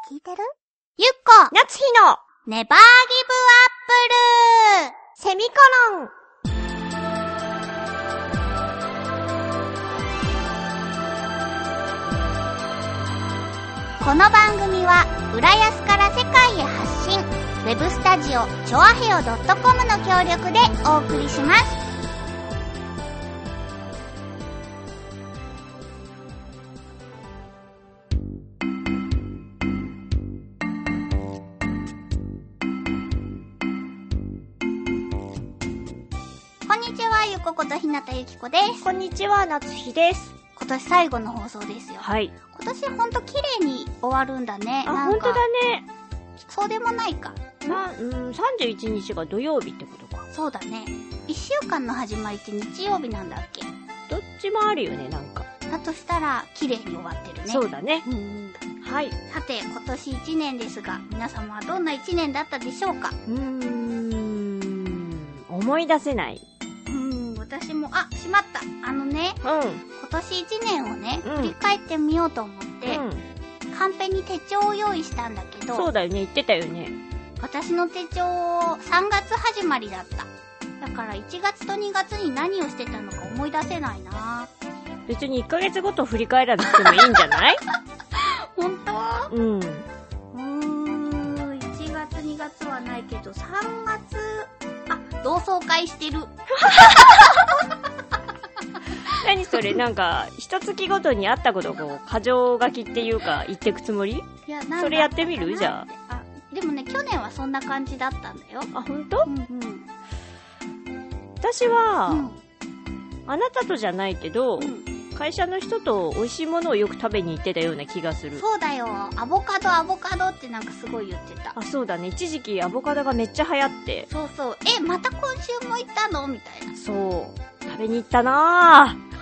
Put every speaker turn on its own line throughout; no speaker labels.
聞いてる？ゆっこ
夏日の
ネバーギブアップル
セミコロン。
この番組は浦安から世界へ発信、ウェブスタジオチョアヘオ .com の協力でお送りします。こんにちは、ゆこことひなたゆきこです。
こんにちは、夏日です。
今年最後の放送ですよ。
はい。
今年ほんと綺麗に終わるんだね。
あ、ほんとだね。
そうでもないか。
31日が土曜日ってことか。
そうだね。1週間の始まりって日曜日なんだっけ？
どっちもあるよね、なんか。
だとしたら綺麗に終わってるね。
そうだね。はい。
さて、今年1年ですが、皆様はどんな1年だったでしょうか？
思い出せない。
私も、しまった。今年1年をね、振り返ってみようと思って、カンペに手帳を用意したんだけど、
そうだよね、言ってたよね。
私の手帳3月始まりだった。だから1月と2月に何をしてたのか思い出せないな。
別に1ヶ月ごと振り返らなくてもいいんじゃない
ほんと
？1
月2月はないけど、3月、同窓会してる。
何それ、なんか、一月ごとにあったことをこう、箇条書きっていうか、言ってくつもり？
いや、なん
それやってみる？じゃあ。
でもね、去年はそんな感じだったんだよ。
あ、ほんと？私は、あなたとじゃないけど、会社の人と美味しいものをよく食べに行ってたような気がする。
そうだよ。アボカドってなんかすごい言ってた。
あ、そうだね。一時期アボカドがめっちゃ流行って。
そうそう。また今週も行ったのみたいな。
そう。食べに行ったなぁ。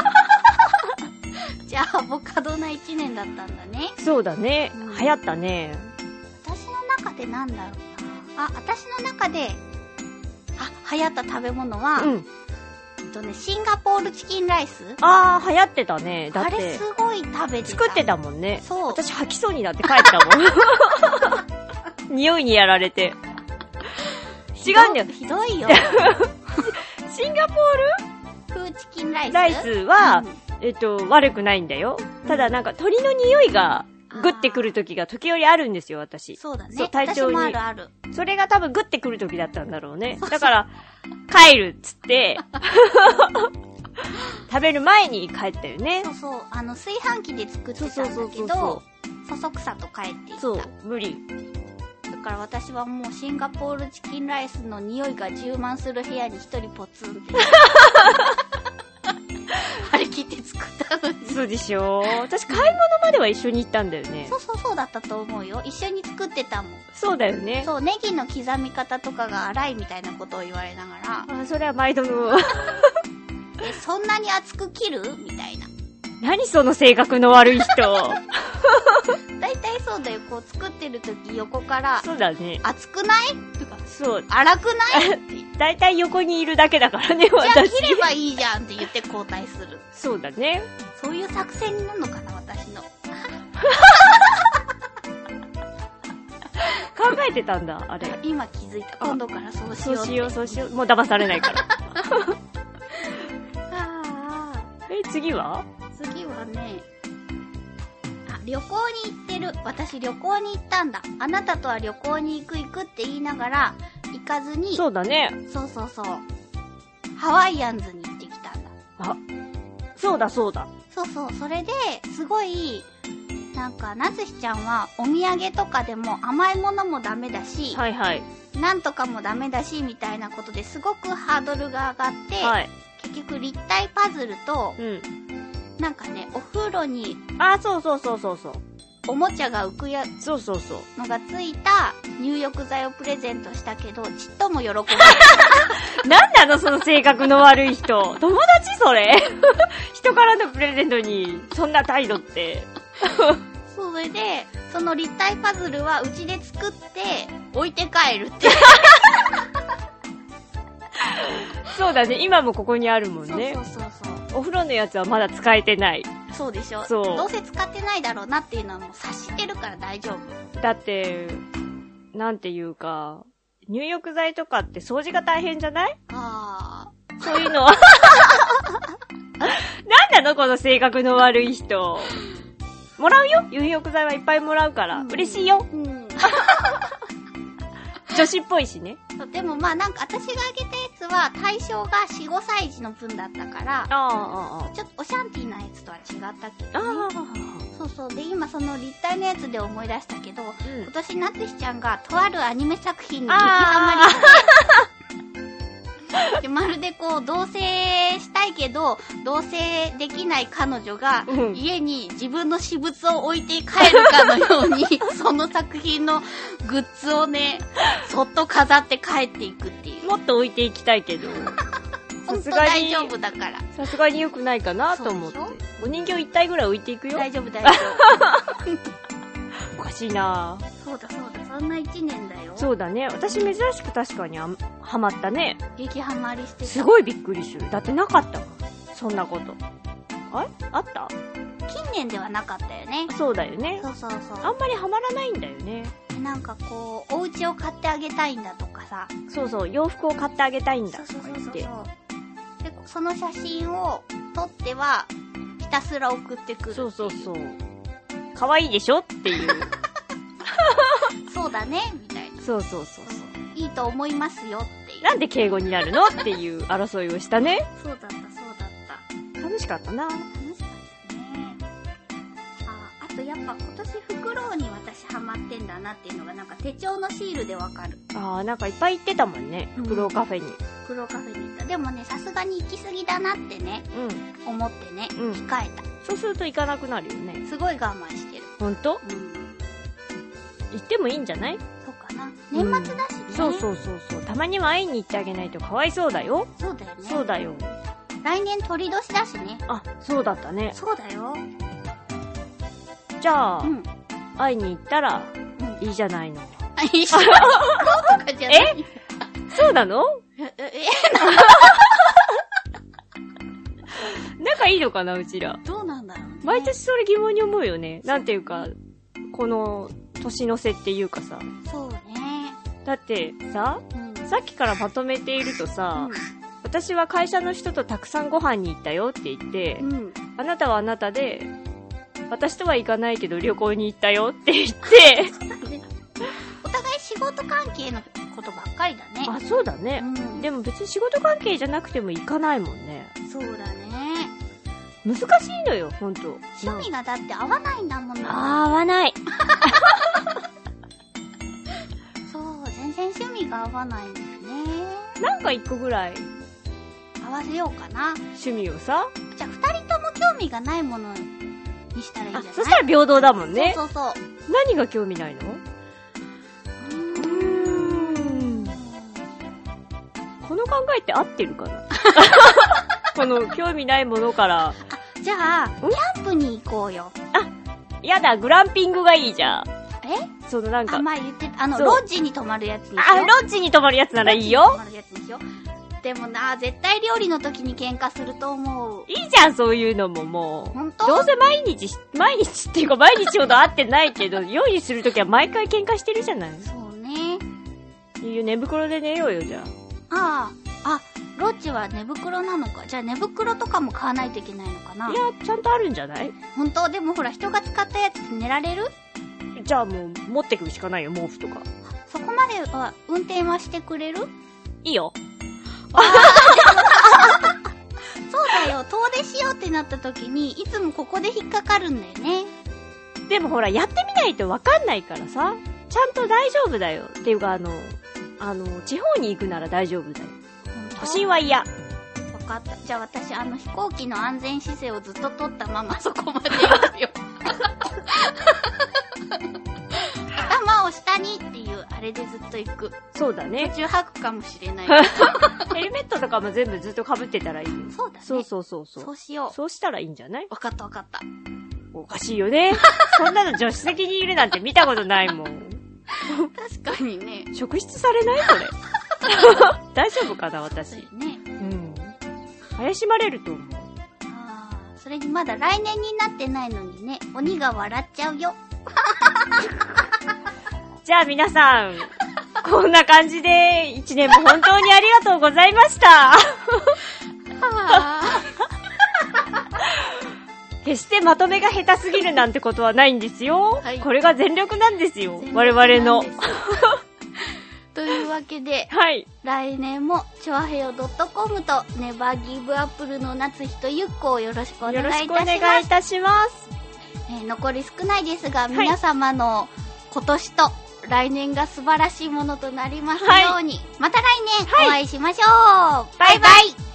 じゃあアボカドな1年だったんだね。
そうだね。流行ったね。
私の中でなんだろうな。私の中で、流行った食べ物は、シンガポールチキンライス？
流行ってたね。だって。
あれすごい食べてた。
作ってたもんね。
そう。
私吐きそうになって帰ったもん。匂いにやられて。違うんだよ。
ひどいよ。
シンガポール
風チキンライス？
ライスは、悪くないんだよ。ただなんか鳥の匂いがグッてくる時が時折あるんですよ、私。
そうだね。
そう、体調に。
私もある。
それが多分グッてくる時だったんだろうね。だから、帰るっつって、食べる前に帰ったよね。
そうそう。炊飯器で作ってたんだけど、そそくさと帰っていった。
そう、無理。
だから私はもうシンガポールチキンライスの匂いが充満する部屋に一人ポツンって。張り切って作ったのに。
そうでしょ。私買い物までは一緒に行ったんだよね。
そうだったと思うよ。一緒に作ってたもん。
そうだよね。
そう、ネギの刻み方とかが荒いみたいなことを言われながら。
それは毎度の。
そんなに厚く切る？みたいな。
何その性格の悪い人。
だいたいそうだよ。こう作ってる時横から。
そうだね。
厚くない？とか。
そう。
荒くない？
だいたい横にいるだけだからね、私。
じゃあ切ればいいじゃんって言って交代する。
そうだね。
そういう作戦になるのかな、私の。
考えてたんだ、あれ。
今気づいた。今度からそうしよう。
そうしよう。もう騙されないから。次は
ね、旅行に行ってる。私旅行に行ったんだ。あなたとは旅行に行くって言いながら、行かずに。
そうだね。
そう。ハワイアンズに行ってきたんだ。
そうだ。
そう。それで、すごい、なんか、なつひちゃんはお土産とかでも甘いものもダメだし、
はいはい。
なんとかもダメだし、みたいなことですごくハードルが上がって、結局立体パズルと、なんかね、お風呂に、
そう。
おもちゃが浮く
そう
のがついた入浴剤をプレゼントしたけど、ちっとも喜ばない。
なんなのその性格の悪い人。友達それ人からのプレゼントに、そんな態度って。
それで、その立体パズルはうちで作って、置いて帰るって。
そうだね、今もここにあるもんね。
そう。
お風呂のやつはまだ使えてない。
そうでしょ。
そう。
どうせ使ってないだろうなっていうのはもう察してるから大丈夫。
だって、なんていうか、入浴剤とかって掃除が大変じゃない？そういうのは。なんなのこの性格の悪い人。もらうよ。入浴剤はいっぱいもらうから。嬉しいよ。女子っぽいしね。
でもまあなんか私があげたやつは対象が4、5歳児の分だったから、ちょっとオシャンティーなやつとは違ったけどね。そうそう。で、今その立体のやつで思い出したけど、今年なつひちゃんがとあるアニメ作品に激ハマりしてで、まるでこう同棲したいけど同棲できない彼女が家に自分の私物を置いて帰るかのようにその作品のグッズをねそっと飾って帰っていくっていう。
もっと置いていきたいけど
本当大丈夫だから。
さすがに良くないかなと思って。お人形1体ぐらい置いていくよ。
大丈夫大丈
夫。おかしいなぁ。
そうだそうだ、そんな1年だよ。
そうだね。私珍しく確かにハマったね。
激ハマりしてた。
すごいびっくりする。だってなかったもん。そんなこと。あった？
近年ではなかったよね。
そうだよね。
そうそうそう。
あんまりハマらないんだよね。
なんかこう、お家を買ってあげたいんだとかさ。
そうそう、洋服を買ってあげたいんだとか言って。
で、その写真を撮っては、ひたすら送ってくる。
そうそうそう。可愛いでしょっていう。
そうだね、みたいな。
そうそうそう。
いいと思いますよっていう。
なんで敬語になるのっていう争いをしたね。
そうだった、そうだった。
楽しかったな。
楽しかったね。あとやっぱ今年フクロウに私ハマってんだなっていうのがなんか手帳のシールでわかる。
なんかいっぱい行ってたもんね。フクロウカフェに。
フクロウカフェに行った。でもね、さすがに行き過ぎだなってね、思ってね、控えた。
そうすると行かなくなるよね。
すごい我慢してる。
ほんと？行ってもいいんじゃない？
そうかな。年末だしね。
そうそうそうそう。たまには会いに行ってあげないとかわいそうだよ。
そうだよね。
そうだよ。
来年鳥年だしね。
そうだったね。
そうだよ。
じゃあ、会いに行ったら、いいじゃないの。
一緒に行こうとかじゃない。
そうなの？仲いいのかな、うちら。
どうなんだろうね。
毎年それ疑問に思うよね。なんていうか、この、年の瀬っていうかさ。
そうね。
だってさ、さっきからまとめているとさ、私は会社の人とたくさんご飯に行ったよって言って、あなたはあなたで、私とは行かないけど旅行に行ったよって言って、
お互い仕事関係のことばっかりだね。
そうだね。でも別に仕事関係じゃなくても行かないもんね。
そうだね。
難しいのよ、ほんと。
趣味がだって合わないんだもん
な。合わない。
そう、全然趣味が合わないんですね。
なんか一個ぐらい
合わせようかな。
趣味をさ。
じゃあ二人とも興味がないものにしたらいいんじゃない？
そしたら平等だもんね。
そうそうそう。
何が興味ないの？この考えって合ってるかな？この興味ないものから。
じゃあ、キャンプに行こうよ。
やだ、グランピングがいいじゃん。そのなんか。
前言ってた、ロッジに泊まるやつにしよう。
ロッジに泊まるやつならいいよ。
泊まるやつにしよう。でもな、絶対料理の時に喧嘩すると思う。
いいじゃん、そういうのももう。
ほんと？
どうせ毎日っていうか毎日ほど会ってないけど、料理する時は毎回喧嘩してるじゃない？
そうね。
いいよ、寝袋で寝ようよ、じゃあ。
ロッジは寝袋なのか。じゃあ寝袋とかも買わないといけないのかな。
いや、ちゃんとあるんじゃない？
ほんと？でもほら、人が使ったやつって寝られる？
じゃあもう、持ってくるしかないよ、毛布とか。
そこまでは、運転はしてくれる？
いいよ。
そうだよ、遠出しようってなった時に、いつもここで引っかかるんだよね。
でもほら、やってみないとわかんないからさ、ちゃんと大丈夫だよ。っていうか地方に行くなら大丈夫だよ。都心は嫌。わ
かった。じゃあ私、飛行機の安全姿勢をずっと取ったままそこまで行くよ。頭を下にっていう、あれでずっと行く。
そうだね。
途中吐くかもしれない。
ヘルメットとかも全部ずっと被ってたらいいよ。
そうだね。
そう。
そうしよう。
そうしたらいいんじゃない？
わかった。
おかしいよね。そんなの助手席にいるなんて見たことないもん。
確かにね。
職質されないこれ。大丈夫かな、私。
ね。
怪しまれると思う。
それにまだ来年になってないのにね、鬼が笑っちゃうよ。
じゃあ皆さん、こんな感じで1年も本当にありがとうございました。決してまとめが下手すぎるなんてことはないんですよ。はい、これが全力なんですよ。我々の。
というわけで、
はい、
来年もちょあへよ .com とネバーギブアップルの夏日とゆっこをよろしくお願いいたします。
よろしくお願いいたします。
残り少ないですが、皆様の今年と来年が素晴らしいものとなりますように、また来年お会いしましょう。バイバイ。